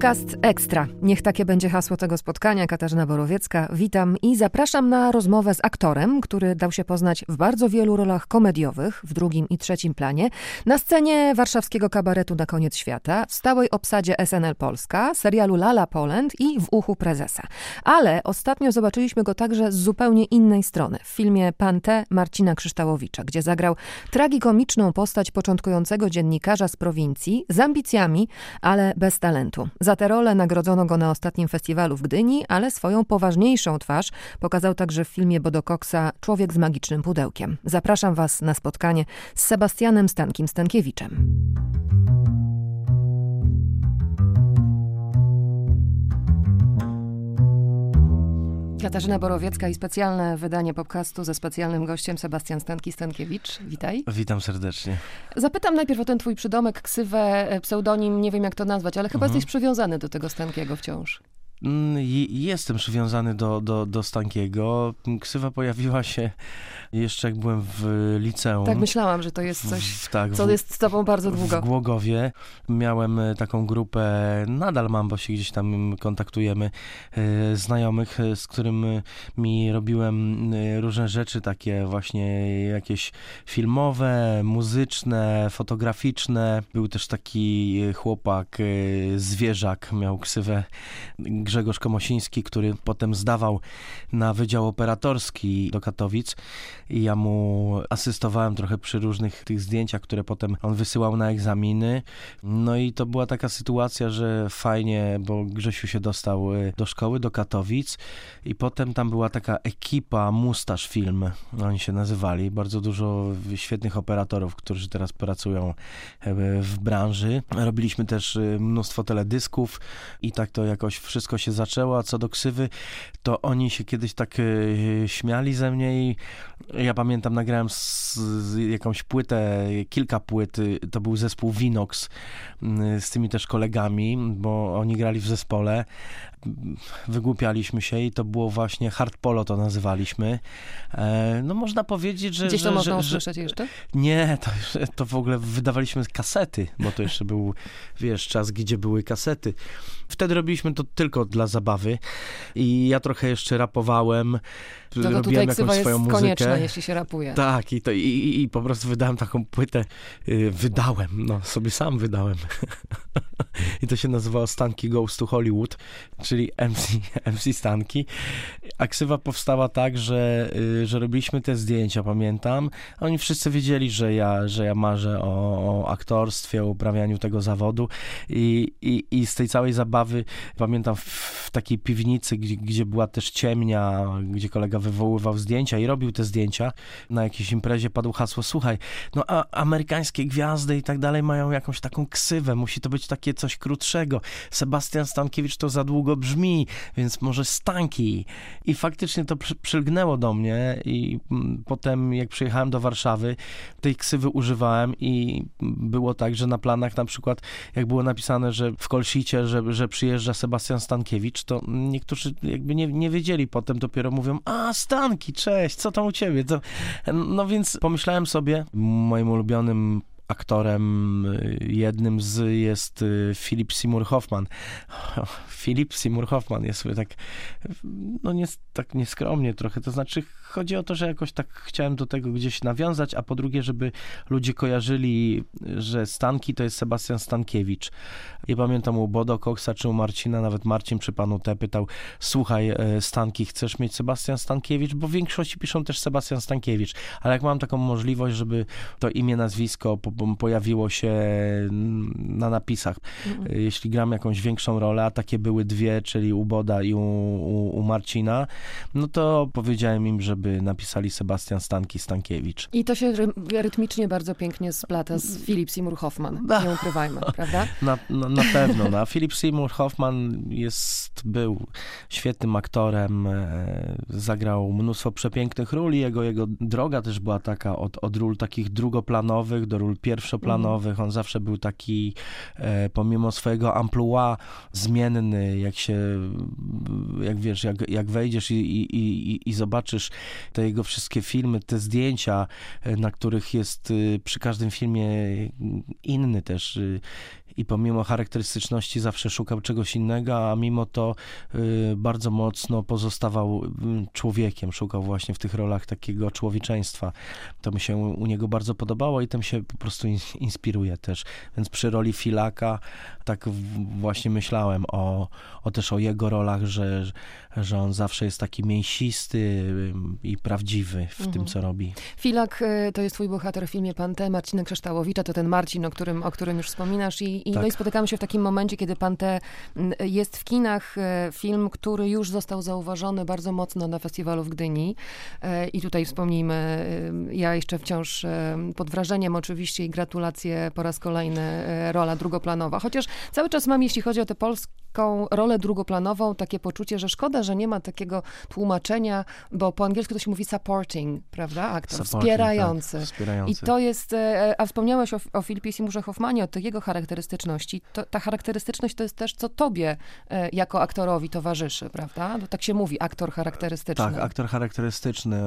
Podcast Ekstra. Niech takie będzie hasło tego spotkania. Katarzyna Borowiecka, witam i zapraszam na rozmowę z aktorem, który dał się poznać w bardzo wielu rolach komediowych, w drugim i trzecim planie, na scenie warszawskiego kabaretu Na koniec świata, w stałej obsadzie SNL Polska, serialu La La Poland i W uchu prezesa. Ale ostatnio zobaczyliśmy go także z zupełnie innej strony, w filmie Pan T. Marcina Krzyształowicza, gdzie zagrał tragikomiczną postać początkującego dziennikarza z prowincji, z ambicjami, ale bez talentu. Za tę rolę nagrodzono go na ostatnim festiwalu w Gdyni, ale swoją poważniejszą twarz pokazał także w filmie Bodo Coxa Człowiek z magicznym pudełkiem. Zapraszam Was na spotkanie z Sebastianem Stankiem-Stankiewiczem. Katarzyna Borowiecka i specjalne wydanie podcastu ze specjalnym gościem Sebastian Stankiewicz. Witaj. Witam serdecznie. Zapytam najpierw o ten twój przydomek, ksywę, pseudonim, nie wiem jak to nazwać, ale chyba jesteś przywiązany do tego Stankiego wciąż. Jestem przywiązany do Stankiego. Ksywa pojawiła się jeszcze jak byłem w liceum. Tak, myślałam, że to jest coś, co jest z tobą bardzo długo. W Głogowie miałem taką grupę, nadal mam, bo się gdzieś tam kontaktujemy, znajomych, z którymi robiłem różne rzeczy, takie właśnie jakieś filmowe, muzyczne, fotograficzne. Był też taki chłopak, zwierzak, miał ksywę Grzegorz Komosiński, który potem zdawał na Wydział Operatorski do Katowic i ja mu asystowałem trochę przy różnych tych zdjęciach, które potem on wysyłał na egzaminy. No i to była taka sytuacja, że fajnie, bo Grzesiu się dostał do szkoły, do Katowic i potem tam była taka ekipa Mustache Film, oni się nazywali, bardzo dużo świetnych operatorów, którzy teraz pracują w branży. Robiliśmy też mnóstwo teledysków i tak to jakoś wszystko się zaczęło, a co do ksywy, to oni się kiedyś tak śmiali ze mnie i ja pamiętam, nagrałem jakąś płytę, kilka płyt, to był zespół Vinox z tymi też kolegami, bo oni grali w zespole. Wygłupialiśmy się i to było właśnie hard polo, to nazywaliśmy. No można powiedzieć, że... Gdzieś to można usłyszeć jeszcze? Nie, to w ogóle wydawaliśmy kasety, bo to jeszcze był, wiesz, czas, gdzie były kasety. Wtedy robiliśmy to tylko dla zabawy i ja trochę jeszcze rapowałem, robiłem jakąś swoją muzykę. Konieczna, jeśli się rapuje. Tak, i po prostu wydałem taką płytę. Sobie sam wydałem. I to się nazywało Stanki Goes to Hollywood, czyli MC Stanki. A ksywa powstała tak, że robiliśmy te zdjęcia, pamiętam. Oni wszyscy wiedzieli, że ja marzę o aktorstwie, o uprawianiu tego zawodu i z tej całej zabawy pamiętam w takiej piwnicy, gdzie była też ciemnia, gdzie kolega wywoływał zdjęcia i robił te zdjęcia. Na jakiejś imprezie padło hasło, słuchaj, amerykańskie gwiazdy i tak dalej mają jakąś taką ksywę, musi to być takie coś krótszego. Sebastian Stankiewicz to za długo brzmi, więc może Stanki. I faktycznie to przylgnęło do mnie i potem jak przyjechałem do Warszawy, tej ksywy używałem i było tak, że na planach na przykład, jak było napisane, że w Kolsicie, że przyjeżdża Sebastian Stankiewicz, to niektórzy jakby nie wiedzieli, potem dopiero mówią, Stanki, cześć, co tam u ciebie? No więc pomyślałem sobie, moim ulubionym aktorem jednym jest Philip Seymour Hoffman. Philip Seymour Hoffman jest sobie tak nieskromnie trochę, to znaczy chodzi o to, że jakoś tak chciałem do tego gdzieś nawiązać, a po drugie, żeby ludzie kojarzyli, że Stanki to jest Sebastian Stankiewicz. I pamiętam u Bodo Coxa czy u Marcina, nawet Marcin przy panu T pytał, słuchaj Stanki, chcesz mieć Sebastian Stankiewicz? Bo w większości piszą też Sebastian Stankiewicz, ale jak mam taką możliwość, żeby to imię, nazwisko pojawiło się na napisach. Jeśli gram jakąś większą rolę, a takie były dwie, czyli u Boda i u Marcina, no to powiedziałem im, żeby napisali Sebastian Stankiewicz. I to się rytmicznie bardzo pięknie splata z Philip Seymour Hoffman, nie ukrywajmy, prawda? Na pewno. Philip Seymour Hoffman był świetnym aktorem, zagrał mnóstwo przepięknych ról i jego droga też była taka od ról takich drugoplanowych do ról pierwszoplanowych. On zawsze był taki, pomimo swojego amplua, zmienny, jak wejdziesz i zobaczysz te jego wszystkie filmy, te zdjęcia, na których jest przy każdym filmie inny też. I pomimo charakterystyczności zawsze szukał czegoś innego, a mimo to bardzo mocno pozostawał człowiekiem. Szukał właśnie w tych rolach takiego człowieczeństwa. To mi się u niego bardzo podobało i tym się po prostu inspiruje też. Więc przy roli Filaka tak właśnie myślałem też o jego rolach, że on zawsze jest taki mięsisty i prawdziwy w tym, co robi. Filak to jest twój bohater w filmie Pan T. Marcina Kryształowicza, to ten Marcin, o którym już wspominasz. Tak. No i spotykamy się w takim momencie, kiedy Pan T. jest w kinach. Film, który już został zauważony bardzo mocno na festiwalu w Gdyni. I tutaj wspomnijmy, ja jeszcze wciąż pod wrażeniem oczywiście i gratulacje po raz kolejny, rola drugoplanowa. Chociaż cały czas mam, jeśli chodzi o tę polską rolę drugoplanową, takie poczucie, że szkoda, że nie ma takiego tłumaczenia, bo po angielsku to się mówi supporting, prawda? Aktor, wspierający. Tak, wspierający. I to jest, a wspomniałeś o Philipie Seymourze Hoffmanie, o tych jego charakterystyczności. Ta charakterystyczność to jest też, co tobie jako aktorowi towarzyszy, prawda? To tak się mówi, aktor charakterystyczny. Tak, aktor charakterystyczny.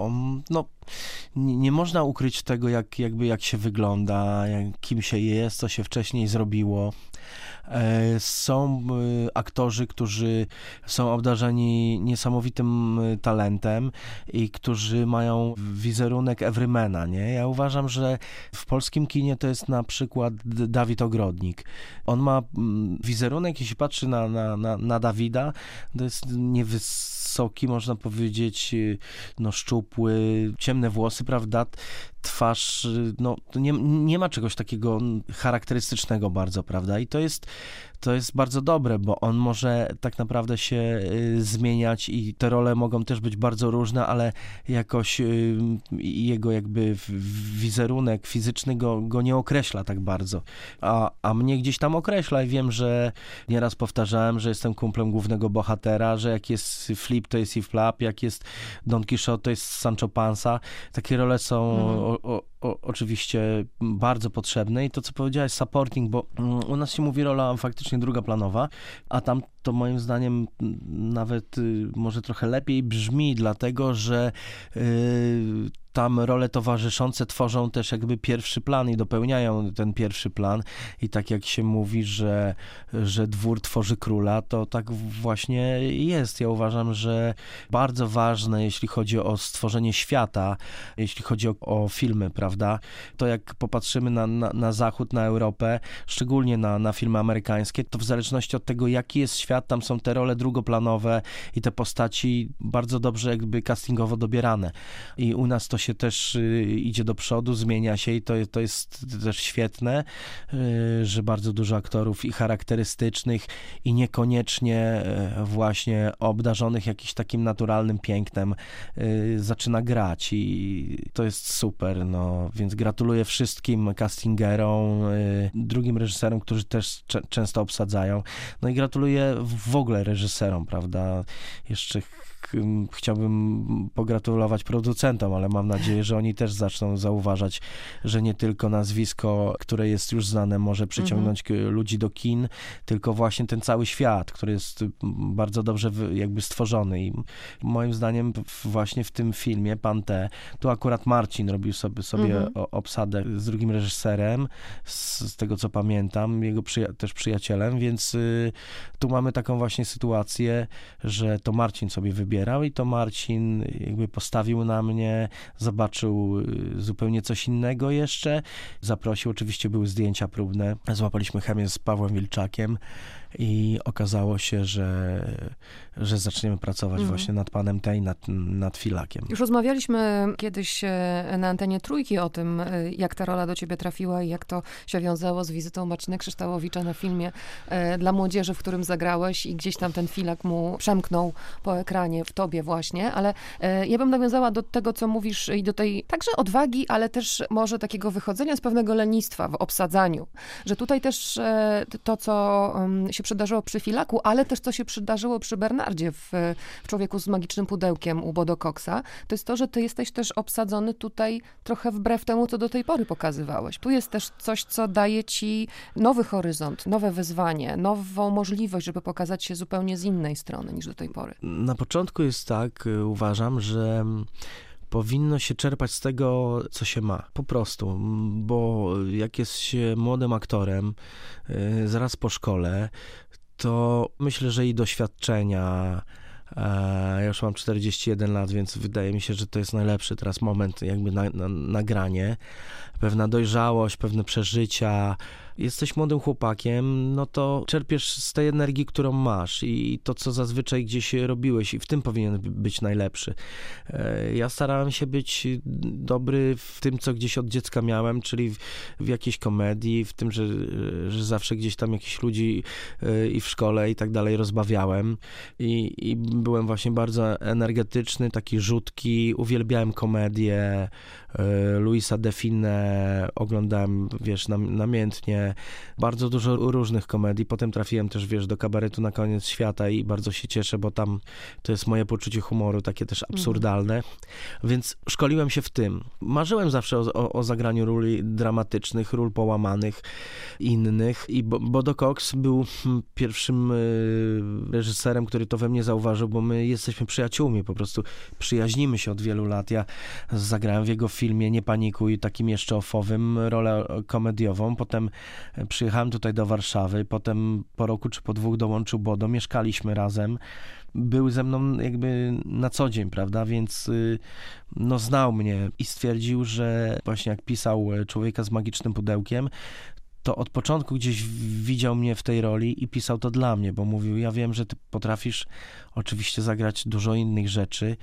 Nie można ukryć tego, jak się wygląda, kim się jest, co się wcześniej zrobiło. Są aktorzy, którzy są obdarzeni niesamowitym talentem i którzy mają wizerunek everymana, nie? Ja uważam, że w polskim kinie to jest na przykład Dawid Ogrodnik. On ma wizerunek, jeśli patrzy na Dawida, to jest wysoki, można powiedzieć, szczupły, ciemne włosy, prawda? Twarz, nie ma czegoś takiego charakterystycznego bardzo, prawda? I to jest bardzo dobre, bo on może tak naprawdę się zmieniać i te role mogą też być bardzo różne, ale jakoś jego jakby wizerunek fizyczny go nie określa tak bardzo. A mnie gdzieś tam określa i wiem, że nieraz powtarzałem, że jestem kumplem głównego bohatera, że jak jest Flip, to jest Yves Flap, jak jest Don Quixote, to jest Sancho Panza. Takie role są oczywiście bardzo potrzebne i to, co powiedziałeś, supporting, bo u nas się mówi rola faktycznie drugoplanowa, a tam to moim zdaniem nawet może trochę lepiej brzmi, dlatego że tam role towarzyszące tworzą też jakby pierwszy plan i dopełniają ten pierwszy plan i tak jak się mówi, że dwór tworzy króla, to tak właśnie jest. Ja uważam, że bardzo ważne, jeśli chodzi o stworzenie świata, jeśli chodzi o filmy, prawda, to jak popatrzymy na Zachód, na Europę, szczególnie na filmy amerykańskie, to w zależności od tego, jaki jest świat, tam są te role drugoplanowe i te postaci bardzo dobrze jakby castingowo dobierane. I u nas to się też idzie do przodu, zmienia się i to jest też świetne, że bardzo dużo aktorów i charakterystycznych i niekoniecznie właśnie obdarzonych jakimś takim naturalnym pięknem zaczyna grać i to jest super, więc gratuluję wszystkim castingerom, drugim reżyserom, którzy też często obsadzają, i gratuluję w ogóle reżyserom, prawda, jeszcze chciałbym pogratulować producentom, ale mam nadzieję, że oni też zaczną zauważać, że nie tylko nazwisko, które jest już znane, może przyciągnąć ludzi do kin, tylko właśnie ten cały świat, który jest bardzo dobrze jakby stworzony. I moim zdaniem właśnie w tym filmie Pan T, tu akurat Marcin robił sobie obsadę z drugim reżyserem, z tego co pamiętam, jego też przyjacielem, więc tu mamy taką właśnie sytuację, że to Marcin sobie wybierał i to Marcin jakby postawił na mnie, zobaczył zupełnie coś innego jeszcze, zaprosił, oczywiście były zdjęcia próbne, złapaliśmy chemię z Pawłem Wilczakiem i okazało się, że zaczniemy pracować właśnie nad Panem T i nad Filakiem. Już rozmawialiśmy kiedyś na antenie Trójki o tym, jak ta rola do ciebie trafiła i jak to się wiązało z wizytą Marcina Kryształowicza na filmie dla młodzieży, w którym zagrałeś i gdzieś tam ten Filak mu przemknął po ekranie zupełnie w tobie właśnie, ale ja bym nawiązała do tego, co mówisz i do tej także odwagi, ale też może takiego wychodzenia z pewnego lenistwa w obsadzaniu, że tutaj też to, co się przydarzyło przy Filaku, ale też co się przydarzyło przy Bernardzie w Człowieku z magicznym pudełkiem u Bodo Coxa, to jest to, że ty jesteś też obsadzony tutaj trochę wbrew temu, co do tej pory pokazywałeś. Tu jest też coś, co daje ci nowy horyzont, nowe wyzwanie, nową możliwość, żeby pokazać się zupełnie z innej strony niż do tej pory. Na początku jest tak, uważam, że powinno się czerpać z tego, co się ma. Po prostu, bo jak jest się młodym aktorem, zaraz po szkole, to myślę, że i doświadczenia. Ja już mam 41 lat, więc wydaje mi się, że to jest najlepszy teraz moment jakby na granie. Pewna dojrzałość, pewne przeżycia. Jesteś młodym chłopakiem, no to czerpiesz z tej energii, którą masz i to, co zazwyczaj gdzieś robiłeś i w tym powinien być najlepszy. Ja starałem się być dobry w tym, co gdzieś od dziecka miałem, czyli w jakiejś komedii, w tym, że zawsze gdzieś tam jakichś ludzi i w szkole i tak dalej rozbawiałem i byłem właśnie bardzo energetyczny, taki rzutki, uwielbiałem komedię, Louisa de Funès oglądałem, wiesz, namiętnie, bardzo dużo różnych komedii, potem trafiłem też, wiesz, do Kabaretu na koniec świata i bardzo się cieszę, bo tam to jest moje poczucie humoru, takie też absurdalne, więc szkoliłem się w tym. Marzyłem zawsze o zagraniu ról dramatycznych, ról połamanych, innych i Bodo Cox był pierwszym reżyserem, który to we mnie zauważył, bo my jesteśmy przyjaciółmi, po prostu przyjaźnimy się od wielu lat. Ja zagrałem w jego filmie Nie panikuj, takim jeszcze offowym, rolę komediową. Potem przyjechałem tutaj do Warszawy, potem po roku czy po 2 dołączył Bodo, mieszkaliśmy razem. Był ze mną jakby na co dzień, prawda, więc no znał mnie i stwierdził, że właśnie jak pisał Człowieka z magicznym pudełkiem, to od początku gdzieś widział mnie w tej roli i pisał to dla mnie, bo mówił, ja wiem, że ty potrafisz oczywiście zagrać dużo innych rzeczy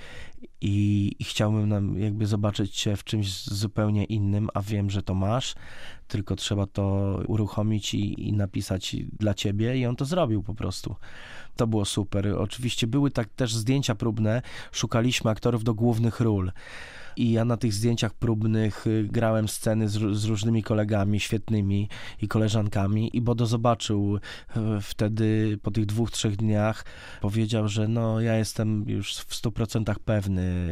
i chciałbym jakby zobaczyć cię w czymś zupełnie innym, a wiem, że to masz, tylko trzeba to uruchomić i napisać dla ciebie i on to zrobił po prostu. To było super. Oczywiście były tak też zdjęcia próbne, szukaliśmy aktorów do głównych ról. I ja na tych zdjęciach próbnych grałem sceny z różnymi kolegami świetnymi i koleżankami i Bodo zobaczył wtedy po tych 2-3 dniach, powiedział, że no ja jestem już w 100% pewny,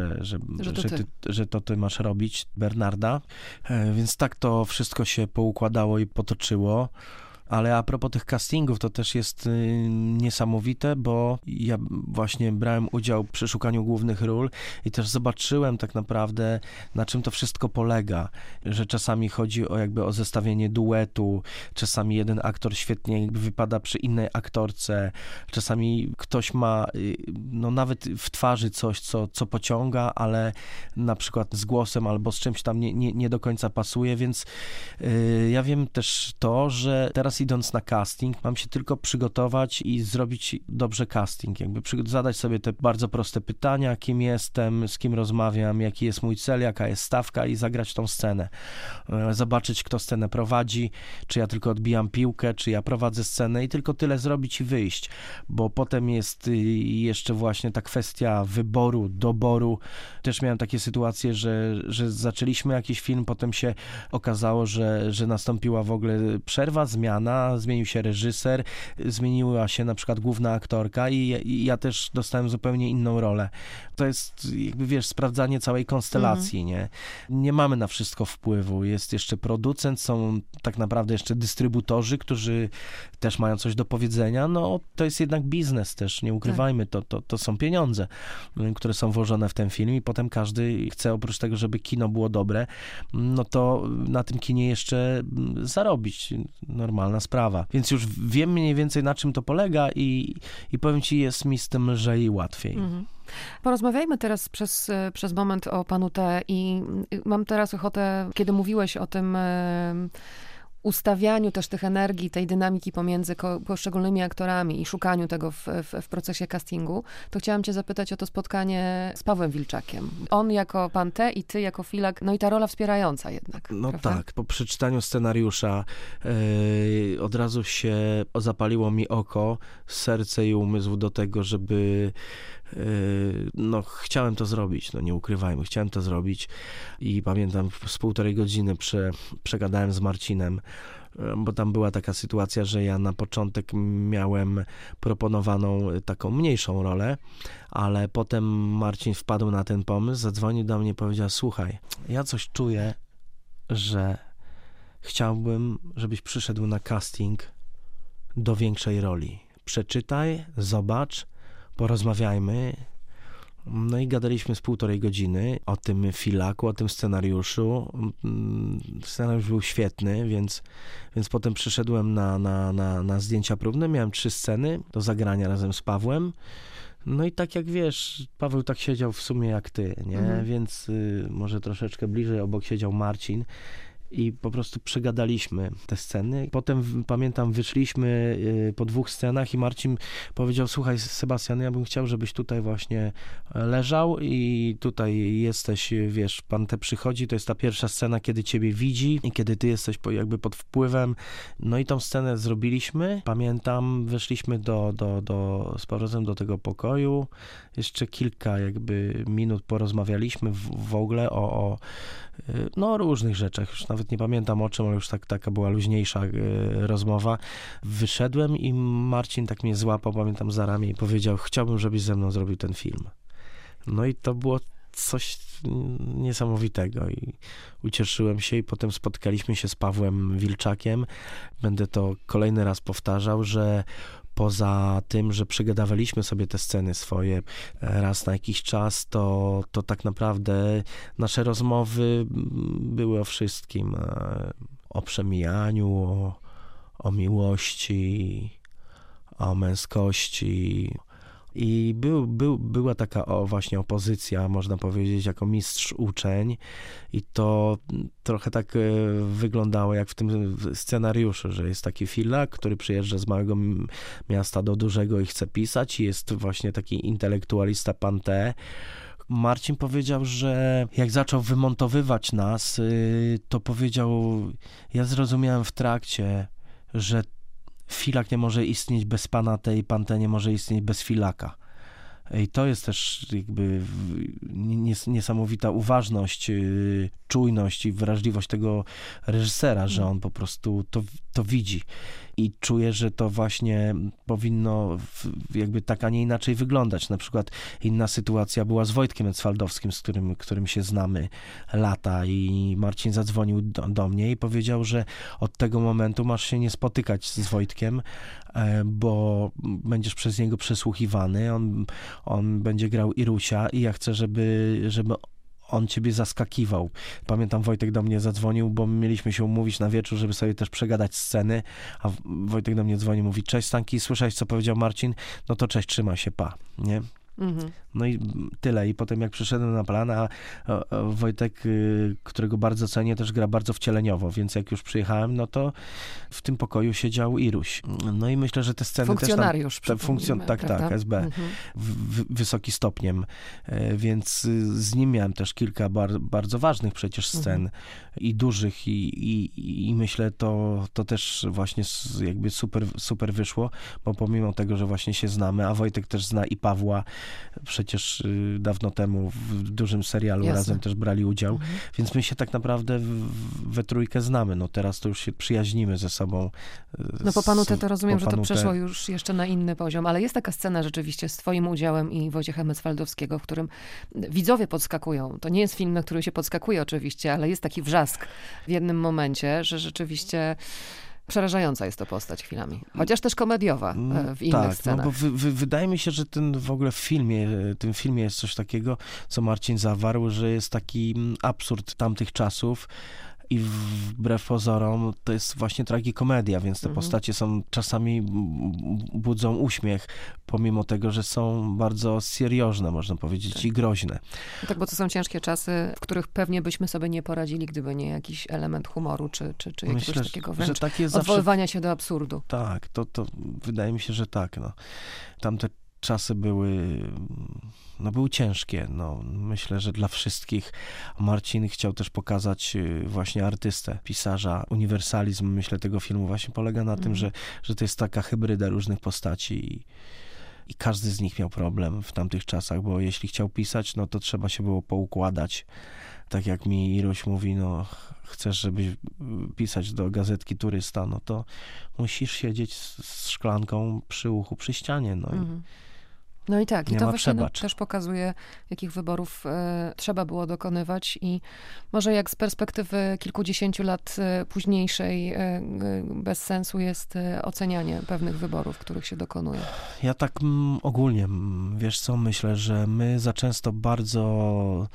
że to ty masz robić, Bernarda. Więc tak to wszystko się poukładało i potoczyło. Ale a propos tych castingów, to też jest niesamowite, bo ja właśnie brałem udział przy szukaniu głównych ról i też zobaczyłem tak naprawdę, na czym to wszystko polega, że czasami chodzi o zestawienie duetu, czasami jeden aktor świetnie jakby wypada przy innej aktorce, czasami ktoś ma no nawet w twarzy coś, co pociąga, ale na przykład z głosem albo z czymś tam nie do końca pasuje, więc ja wiem też to, że teraz idąc na casting, mam się tylko przygotować i zrobić dobrze casting, jakby zadać sobie te bardzo proste pytania, kim jestem, z kim rozmawiam, jaki jest mój cel, jaka jest stawka i zagrać tą scenę. Zobaczyć, kto scenę prowadzi, czy ja tylko odbijam piłkę, czy ja prowadzę scenę i tylko tyle zrobić i wyjść, bo potem jest jeszcze właśnie ta kwestia wyboru, doboru. Też miałem takie sytuacje, że zaczęliśmy jakiś film, potem się okazało, że nastąpiła w ogóle przerwa, zmiana, zmienił się reżyser, zmieniła się na przykład główna aktorka i ja też dostałem zupełnie inną rolę. To jest jakby, wiesz, sprawdzanie całej konstelacji, nie? Nie mamy na wszystko wpływu. Jest jeszcze producent, są tak naprawdę jeszcze dystrybutorzy, którzy też mają coś do powiedzenia. No, to jest jednak biznes też, nie ukrywajmy, to są pieniądze, które są włożone w ten film i potem każdy chce, oprócz tego, żeby kino było dobre, no to na tym kinie jeszcze zarobić. Normalna sprawa. Więc już wiem mniej więcej, na czym to polega i powiem ci, jest mi z tym lżej i łatwiej. Porozmawiajmy teraz przez moment o panu T. i mam teraz ochotę, kiedy mówiłeś o tym ustawianiu też tych energii, tej dynamiki pomiędzy poszczególnymi aktorami i szukaniu tego w procesie castingu, to chciałam cię zapytać o to spotkanie z Pawłem Wilczakiem. On jako pan T. i ty jako Filak, no i ta rola wspierająca jednak. No prawda? tak, po przeczytaniu scenariusza od razu się zapaliło mi oko, serce i umysł do tego, żeby no chciałem to zrobić, no nie ukrywajmy, chciałem to zrobić i pamiętam z 1,5 godziny przegadałem z Marcinem, bo tam była taka sytuacja, że ja na początek miałem proponowaną taką mniejszą rolę, ale potem Marcin wpadł na ten pomysł, zadzwonił do mnie i powiedział: słuchaj, ja coś czuję, że chciałbym, żebyś przyszedł na casting do większej roli. Przeczytaj, zobacz, porozmawiajmy. No i gadaliśmy z 1,5 godziny o tym filaku, o tym scenariuszu. Scenariusz był świetny, więc potem przyszedłem na zdjęcia próbne. Miałem 3 sceny do zagrania razem z Pawłem. No i tak jak wiesz, Paweł tak siedział w sumie jak ty, nie? Więc może troszeczkę bliżej obok siedział Marcin. I po prostu przegadaliśmy te sceny. Potem pamiętam, wyszliśmy po 2 scenach i Marcin powiedział: słuchaj Sebastian, ja bym chciał, żebyś tutaj właśnie leżał i tutaj jesteś, wiesz, pan te przychodzi, to jest ta pierwsza scena, kiedy ciebie widzi i kiedy ty jesteś jakby pod wpływem. No i tą scenę zrobiliśmy. Pamiętam, weszliśmy z powrotem do tego pokoju. Jeszcze kilka jakby minut porozmawialiśmy w ogóle o różnych rzeczach. Już nawet nie pamiętam o czym, ale już taka była luźniejsza rozmowa. Wyszedłem i Marcin tak mnie złapał, pamiętam, za ramię i powiedział: chciałbym, żebyś ze mną zrobił ten film. No i to było coś niesamowitego i ucieszyłem się i potem spotkaliśmy się z Pawłem Wilczakiem. Będę to kolejny raz powtarzał, że poza tym, że przegadawaliśmy sobie te sceny swoje raz na jakiś czas, to tak naprawdę nasze rozmowy były o wszystkim. O przemijaniu, o miłości, o męskości. I była taka właśnie opozycja, można powiedzieć, jako mistrz uczeń i to trochę tak wyglądało jak w tym scenariuszu, że jest taki filak, który przyjeżdża z małego miasta do dużego i chce pisać i jest właśnie taki intelektualista pan T. Marcin powiedział, że jak zaczął wymontowywać nas, to powiedział: ja zrozumiałem w trakcie, że filak nie może istnieć bez pana T i pan T nie może istnieć bez filaka. I to jest też jakby niesamowita uważność, czujność i wrażliwość tego reżysera, że on po prostu to widzi i czuje, że to właśnie powinno jakby tak, a nie inaczej wyglądać. Na przykład inna sytuacja była z Wojtkiem Ecwaldowskim, z którym się znamy lata i Marcin zadzwonił do mnie i powiedział, że od tego momentu masz się nie spotykać z Wojtkiem, bo będziesz przez niego przesłuchiwany, on będzie grał Irusia i ja chcę, żeby on ciebie zaskakiwał. Pamiętam, Wojtek do mnie zadzwonił, bo mieliśmy się umówić na wieczór, żeby sobie też przegadać sceny, a Wojtek do mnie dzwoni, mówi: cześć Stanki, słyszałeś, co powiedział Marcin? No to cześć, trzymaj się, pa, nie? No i tyle. I potem jak przyszedłem na plan, a Wojtek, którego bardzo cenię, też gra bardzo wcieleniowo, więc jak już przyjechałem, no to w tym pokoju siedział Iruś. No i myślę, że te sceny funkcjonariusz też tam... Tak, SB. Wysoki stopniem. Więc z nim miałem też kilka bardzo ważnych przecież scen i dużych i myślę, to też właśnie jakby super wyszło, bo pomimo tego, że właśnie się znamy, a Wojtek też zna i Pawła, przecież dawno temu w dużym serialu razem też brali udział, więc my się tak naprawdę we trójkę znamy. No teraz to już się przyjaźnimy ze sobą. No po panu to rozumiem, że to przeszło już jeszcze na inny poziom, ale jest taka scena rzeczywiście z twoim udziałem i Wojciecha Ecwaldowskiego, w którym widzowie podskakują. To nie jest film, na który się podskakuje oczywiście, ale jest taki wrzask w jednym momencie, że rzeczywiście przerażająca jest to postać chwilami. Chociaż też komediowa w innych scenach. No bo wydaje mi się, że w tym filmie jest coś takiego, co Marcin zawarł, że jest taki absurd tamtych czasów i wbrew pozorom to jest właśnie tragikomedia, więc te postacie są czasami budzą uśmiech, pomimo tego, że są bardzo seriożne, można powiedzieć, i groźne. No tak, bo to są ciężkie czasy, w których pewnie byśmy sobie nie poradzili, gdyby nie jakiś element humoru, czy jakiegoś takiego wręcz odwoływania się do absurdu. Tak, to wydaje mi się, że tak. No. Tamte czasy były ciężkie. No, myślę, że dla wszystkich. Marcin chciał też pokazać właśnie artystę, pisarza. Uniwersalizm, myślę, tego filmu właśnie polega na tym, że to jest taka hybryda różnych postaci i każdy z nich miał problem w tamtych czasach, bo jeśli chciał pisać, no to trzeba się było poukładać. Tak jak mi Iruś mówi, no chcesz, żeby pisać do gazetki Turysta, no to musisz siedzieć z szklanką przy uchu, przy ścianie, no i no i tak, i to właśnie przebacz. też pokazuje, jakich wyborów trzeba było dokonywać i może jak z perspektywy kilkudziesięciu lat późniejszej bez sensu jest ocenianie pewnych wyborów, których się dokonuje. Ja tak ogólnie, wiesz co, myślę, że my za często bardzo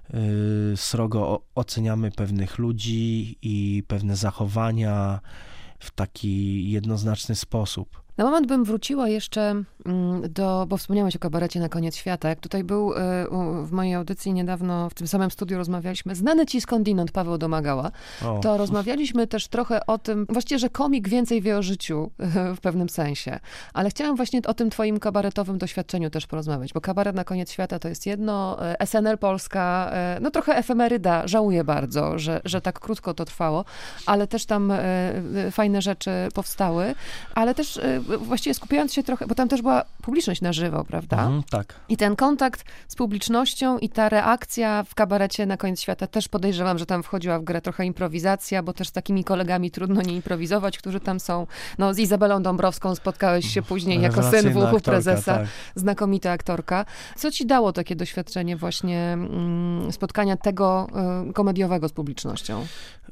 srogo oceniamy pewnych ludzi i pewne zachowania w taki jednoznaczny sposób. Na moment bym wróciła jeszcze bo wspomniałeś o kabarecie Na koniec świata. Jak tutaj był w mojej audycji niedawno, w tym samym studiu rozmawialiśmy, znany ci skądinąd Paweł Domagała, to rozmawialiśmy też trochę o tym, właściwie, że komik więcej wie o życiu w pewnym sensie. Ale chciałam właśnie o tym twoim kabaretowym doświadczeniu też porozmawiać, bo kabaret Na koniec świata to jest jedno, SNL Polska, no trochę efemeryda, żałuję bardzo, że tak krótko to trwało, ale też tam fajne rzeczy powstały, ale też właściwie skupiając się trochę, bo tam też była publiczność na żywo, prawda? Tak. I ten kontakt z publicznością i ta reakcja w kabarecie Na koniec świata też podejrzewam, że tam wchodziła w grę trochę improwizacja, bo też z takimi kolegami trudno nie improwizować, którzy tam są. No z Izabelą Dąbrowską spotkałeś się później jako syn w uchu prezesa. Tak. Znakomita aktorka. Co ci dało takie doświadczenie właśnie spotkania tego komediowego z publicznością?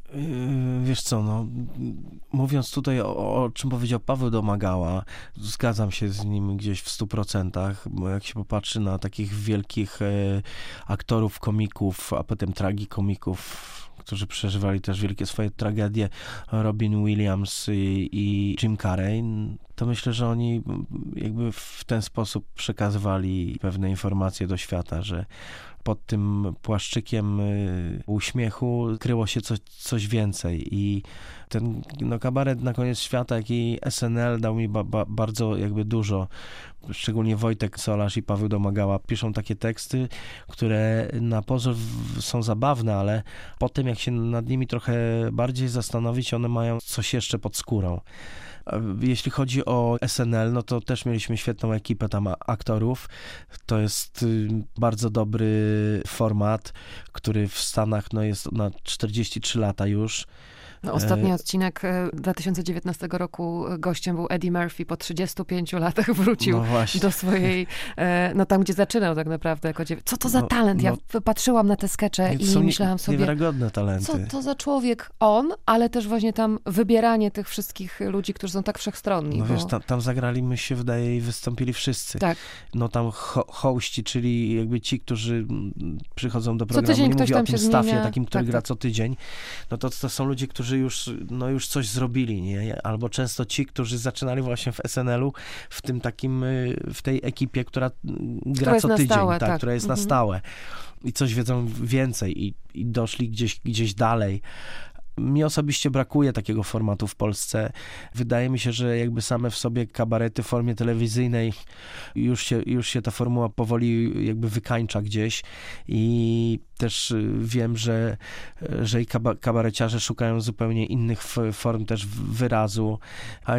Wiesz co, no, mówiąc tutaj o czym powiedział Paweł Domagała, zgadzam się z nim gdzieś w 100%, bo jak się popatrzy na takich wielkich aktorów, komików, a potem tragikomików, którzy przeżywali też wielkie swoje tragedie, Robin Williams i Jim Carrey, to myślę, że oni jakby w ten sposób przekazywali pewne informacje do świata, że pod tym płaszczykiem uśmiechu kryło się coś więcej i ten kabaret Na koniec świata, jak i SNL dał mi bardzo jakby dużo. Szczególnie Wojtek Solarz i Paweł Domagała piszą takie teksty, które na pozór są zabawne, ale potem jak się nad nimi trochę bardziej zastanowić, one mają coś jeszcze pod skórą. Jeśli chodzi o SNL, no to też mieliśmy świetną ekipę tam aktorów. To jest bardzo dobry format, który w Stanach jest na 43 lata już. No, ostatni odcinek 2019 roku gościem był Eddie Murphy. Po 35 latach wrócił do swojej, tam gdzie zaczynał tak naprawdę jako Co to za talent? Ja patrzyłam na te skecze i myślałam sobie, niewiarygodne talenty. Co to za człowiek on, ale też właśnie tam wybieranie tych wszystkich ludzi, którzy są tak wszechstronni. No wiesz, tam zagrali, mi się wydaje, i wystąpili wszyscy. Tak. No tam hości, czyli jakby ci, którzy przychodzą do programu, co tydzień nie ktoś mówię tam o tym się staffie, zmienia. takim, który gra co tydzień, no to są ludzie, którzy już coś zrobili, nie? Albo często ci, którzy zaczynali właśnie w SNL-u, w tej ekipie, która gra co tydzień, stałe, tak, która jest na stałe i coś wiedzą więcej i doszli gdzieś dalej. Mi osobiście brakuje takiego formatu w Polsce. Wydaje mi się, że jakby same w sobie kabarety w formie telewizyjnej już się ta formuła powoli jakby wykańcza gdzieś i też wiem, że i kabareciarze szukają zupełnie innych form też wyrazu, a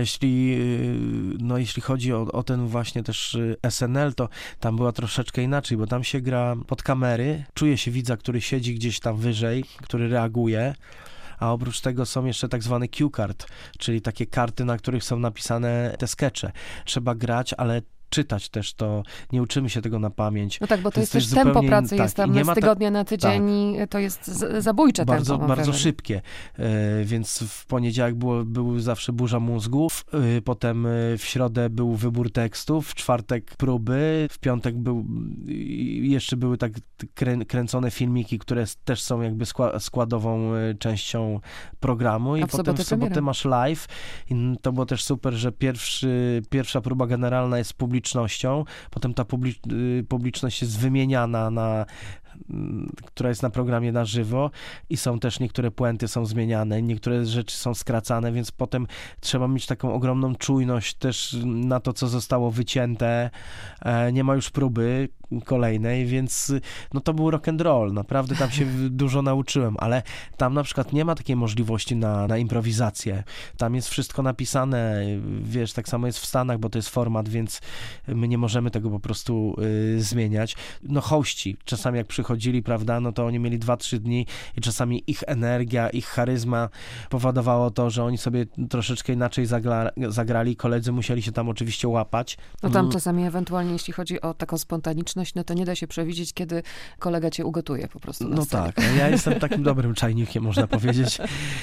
jeśli chodzi o ten właśnie też SNL, to tam była troszeczkę inaczej, bo tam się gra pod kamery, czuje się widza, który siedzi gdzieś tam wyżej, który reaguje, a oprócz tego są jeszcze tak zwane cue card, czyli takie karty, na których są napisane te skecze. Trzeba grać, ale czytać też to, nie uczymy się tego na pamięć. No tak, bo to jest też tempo pracy, jest tam z tygodnia na tydzień i to jest zabójcze tempo. Bardzo szybkie, więc w poniedziałek był zawsze burza mózgów, potem w środę był wybór tekstów, w czwartek próby, w piątek jeszcze były tak kręcone filmiki, które też są jakby składową częścią programu i potem w sobotę masz live i to było też super, że pierwsza próba generalna jest publicznością, potem ta publiczność jest wymieniana która jest na programie na żywo i są też niektóre puenty są zmieniane, niektóre rzeczy są skracane, więc potem trzeba mieć taką ogromną czujność też na to, co zostało wycięte. Nie ma już próby kolejnej, więc no to był rock and roll. Naprawdę tam się dużo nauczyłem, ale tam na przykład nie ma takiej możliwości na improwizację. Tam jest wszystko napisane, wiesz, tak samo jest w Stanach, bo to jest format, więc my nie możemy tego po prostu zmieniać. No hości, czasami jak przychodzili, prawda, no to oni mieli 2-3 dni i czasami ich energia, ich charyzma powodowało to, że oni sobie troszeczkę inaczej zagrali. Koledzy musieli się tam oczywiście łapać. No tam czasami ewentualnie, jeśli chodzi o taką spontaniczność, no to nie da się przewidzieć, kiedy kolega cię ugotuje po prostu na scenie. No tak, ja jestem takim dobrym czajnikiem, można powiedzieć.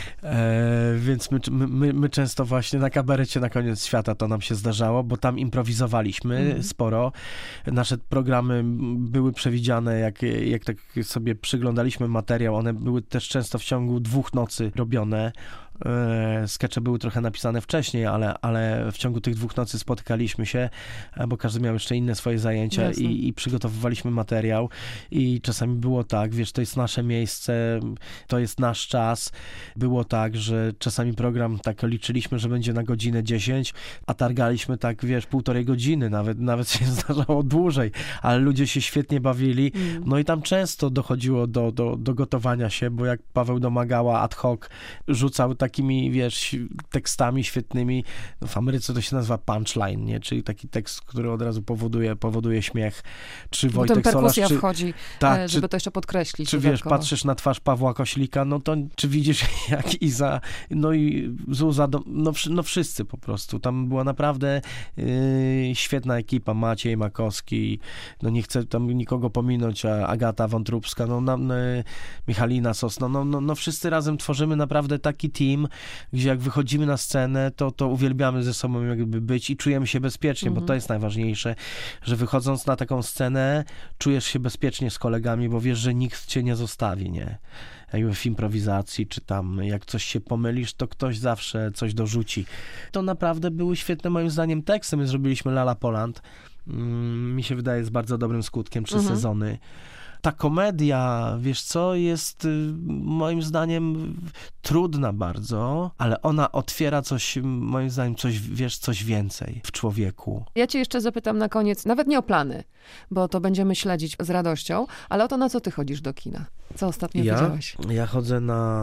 Więc my często właśnie na kabarecie na koniec świata to nam się zdarzało, bo tam improwizowaliśmy sporo. Nasze programy były przewidziane, jak tak sobie przyglądaliśmy materiał, one były też często w ciągu 2 nocy robione. Skecze były trochę napisane wcześniej, ale w ciągu tych 2 nocy spotykaliśmy się, bo każdy miał jeszcze inne swoje zajęcia i przygotowywaliśmy materiał i czasami było tak, wiesz, to jest nasze miejsce, to jest nasz czas. Było tak, że czasami program tak liczyliśmy, że będzie na godzinę 10, a targaliśmy tak, wiesz, 1,5 godziny, nawet się zdarzało dłużej, ale ludzie się świetnie bawili. No i tam często dochodziło do gotowania się, bo jak Paweł Domagała ad hoc rzucał takimi, wiesz, tekstami świetnymi. No w Ameryce to się nazywa punchline, nie? Czyli taki tekst, który od razu powoduje śmiech. Czy Wojtek Solarz, perkusja wchodzi, tak, żeby to jeszcze podkreślić. Czy wiesz, patrzysz na twarz Pawła Koślika, no to czy widzisz jak Iza, no i Zuza, no wszyscy po prostu. Tam była naprawdę świetna ekipa. Maciej Makowski, no nie chcę tam nikogo pominąć, Agata Wątróbska, Michalina Sosna, no wszyscy razem tworzymy naprawdę taki team, gdzie jak wychodzimy na scenę, to uwielbiamy ze sobą jakby być i czujemy się bezpiecznie, bo to jest najważniejsze, że wychodząc na taką scenę, czujesz się bezpiecznie z kolegami, bo wiesz, że nikt cię nie zostawi, nie? Jakby w improwizacji, czy tam jak coś się pomylisz, to ktoś zawsze coś dorzuci. To naprawdę były świetne moim zdaniem teksty. My zrobiliśmy Lala Poland. Mi się wydaje, z bardzo dobrym skutkiem, 3 sezony. Ta komedia, wiesz co, jest moim zdaniem trudna bardzo, ale ona otwiera coś, moim zdaniem, coś więcej w człowieku. Ja cię jeszcze zapytam na koniec, nawet nie o plany, bo to będziemy śledzić z radością, ale o to, na co ty chodzisz do kina? Co ostatnio widziałeś? Ja chodzę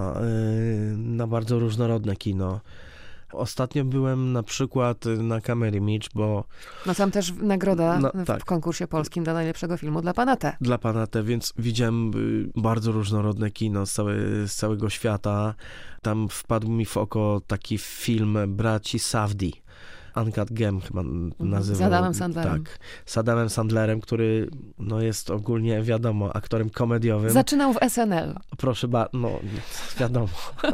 na bardzo różnorodne kino. Ostatnio byłem na przykład na Camera Mitch, bo... No tam też nagroda w konkursie polskim dla najlepszego filmu dla pana T. Dla pana T, więc widziałem bardzo różnorodne kino z całego świata. Tam wpadł mi w oko taki film braci Safdie. Uncut Gem chyba nazywał. Z Adamem Sandlerem. Tak, z Adamem Sandlerem, który jest ogólnie, wiadomo, aktorem komediowym. Zaczynał w SNL. Proszę bardzo, wiadomo.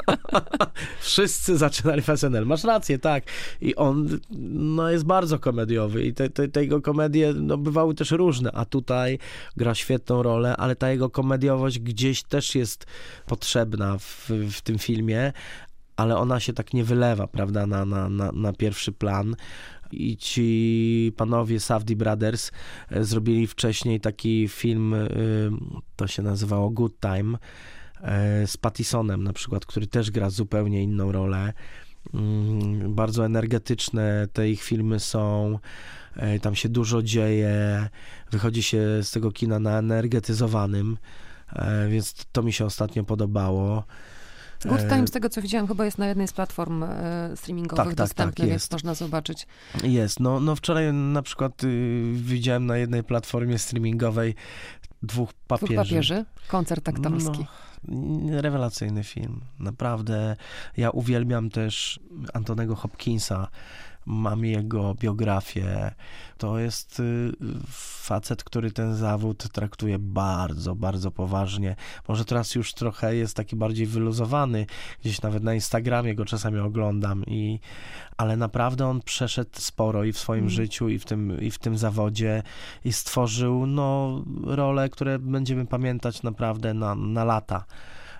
Wszyscy zaczynali w SNL. Masz rację, tak. I on jest bardzo komediowy i te jego komedie bywały też różne, a tutaj gra świetną rolę, ale ta jego komediowość gdzieś też jest potrzebna w tym filmie, ale ona się tak nie wylewa, prawda, na pierwszy plan. I ci panowie Safdie Brothers zrobili wcześniej taki film, to się nazywało Good Time, z Pattisonem na przykład, który też gra zupełnie inną rolę. Bardzo energetyczne te ich filmy są, tam się dużo dzieje, wychodzi się z tego kina naenergetyzowanym, więc to mi się ostatnio podobało. Good Time, z tego co widziałam, chyba jest na jednej z platform streamingowych dostępny, więc można zobaczyć. Jest. No wczoraj na przykład widziałem na jednej platformie streamingowej Dwóch papieży. Koncert aktorski. Rewelacyjny film. Naprawdę. Ja uwielbiam też Antonego Hopkinsa. Mam jego biografię. To jest facet, który ten zawód traktuje bardzo, bardzo poważnie. Może teraz już trochę jest taki bardziej wyluzowany. Gdzieś nawet na Instagramie go czasami oglądam. Ale naprawdę on przeszedł sporo i w swoim życiu, i w tym zawodzie i stworzył role, które będziemy pamiętać naprawdę na lata.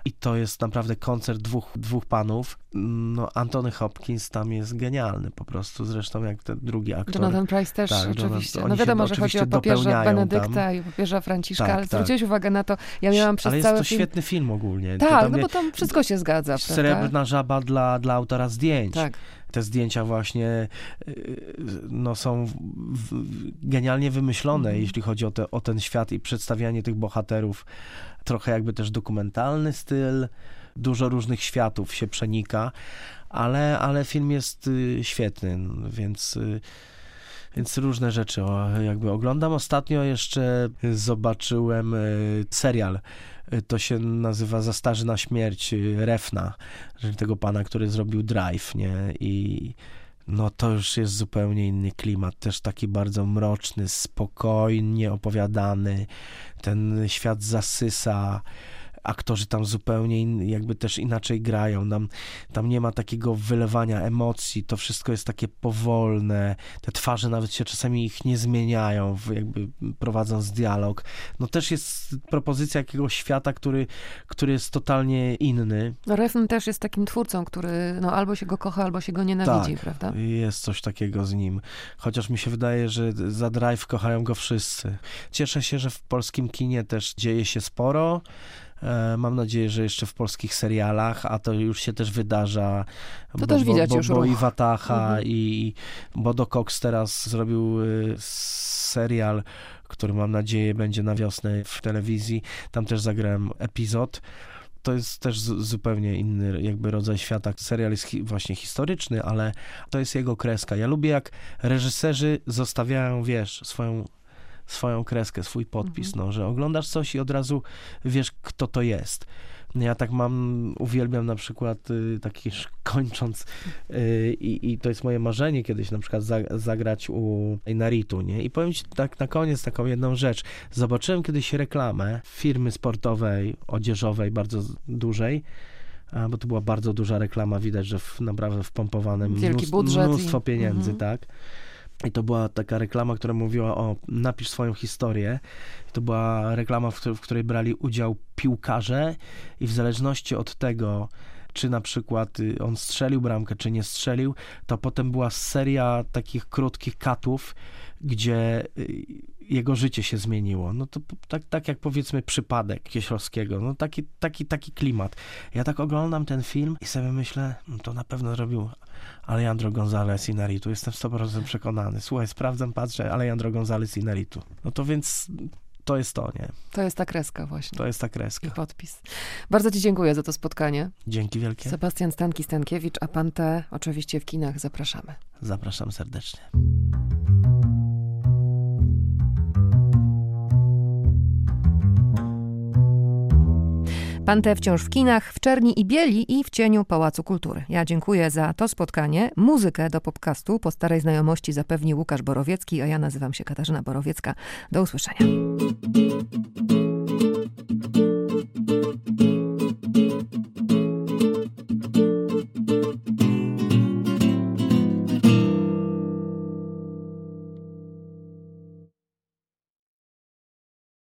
I to jest naprawdę koncert dwóch panów. No, Anthony Hopkins tam jest genialny po prostu, zresztą jak ten drugi aktor. Jonathan Pryce też, tak, oczywiście. No wiadomo, że chodzi o papieża Benedykta tam. I papieża Franciszka, ale zwróciłeś uwagę na to, ja miałam przez ale cały jest to świetny film ogólnie. Tak, no bo tam wszystko się zgadza. Srebrna żaba dla autora zdjęć. Tak. Te zdjęcia właśnie no, są genialnie wymyślone, jeśli chodzi o ten świat i przedstawianie tych bohaterów. Trochę jakby też dokumentalny styl, dużo różnych światów się przenika, ale film jest świetny, więc różne rzeczy jakby oglądam. Ostatnio jeszcze zobaczyłem serial. To się nazywa Za starzy na śmierć Refna, czyli tego pana, który zrobił Drive, nie? I no to już jest zupełnie inny klimat, też taki bardzo mroczny, spokojnie opowiadany. Ten świat zasysa. Aktorzy tam zupełnie jakby też inaczej grają. Tam nie ma takiego wylewania emocji, to wszystko jest takie powolne. Te twarze nawet się czasami ich nie zmieniają, jakby prowadząc dialog. No też jest propozycja jakiegoś świata, który jest totalnie inny. No Refn też jest takim twórcą, który no, albo się go kocha, albo się go nienawidzi, tak, prawda? Jest coś takiego z nim. Chociaż mi się wydaje, że za Drive kochają go wszyscy. Cieszę się, że w polskim kinie też dzieje się sporo. Mam nadzieję, że jeszcze w polskich serialach, a to już się też wydarza. To też widać już Bo i Wataha i Bodo Cox teraz zrobił serial, który mam nadzieję będzie na wiosnę w telewizji. Tam też zagrałem epizod. To jest też zupełnie inny jakby rodzaj świata. Serial jest właśnie historyczny, ale to jest jego kreska. Ja lubię, jak reżyserzy zostawiają, wiesz, swoją kreskę, swój podpis, no, że oglądasz coś i od razu wiesz, kto to jest. Ja tak uwielbiam na przykład, taki kończąc, i to jest moje marzenie kiedyś na przykład zagrać u Inaritu, nie? I powiem ci tak na koniec taką jedną rzecz. Zobaczyłem kiedyś reklamę firmy sportowej, odzieżowej, bardzo dużej, bo to była bardzo duża reklama, widać, że naprawdę wpompowane mnóstwo pieniędzy, tak? I to była taka reklama, która mówiła o napisz swoją historię. I to była reklama, w której brali udział piłkarze i w zależności od tego, czy na przykład on strzelił bramkę, czy nie strzelił, to potem była seria takich krótkich katów, gdzie jego życie się zmieniło. No to tak jak powiedzmy przypadek Kieślowskiego. No taki klimat. Ja tak oglądam ten film i sobie myślę, no to na pewno zrobił Alejandro González Iñárritu. Jestem 100% przekonany. Słuchaj, sprawdzam, patrzę, Alejandro González Iñárritu. No to więc to jest to, nie? To jest ta kreska właśnie. To jest ta kreska. I podpis. Bardzo ci dziękuję za to spotkanie. Dzięki wielkie. Sebastian Stankiewicz, a Pantę oczywiście w kinach zapraszamy. Zapraszam serdecznie. Pantę wciąż w kinach, w Czerni i Bieli i w cieniu Pałacu Kultury. Ja dziękuję za to spotkanie. Muzykę do podcastu po starej znajomości zapewni Łukasz Borowiecki, a ja nazywam się Katarzyna Borowiecka. Do usłyszenia.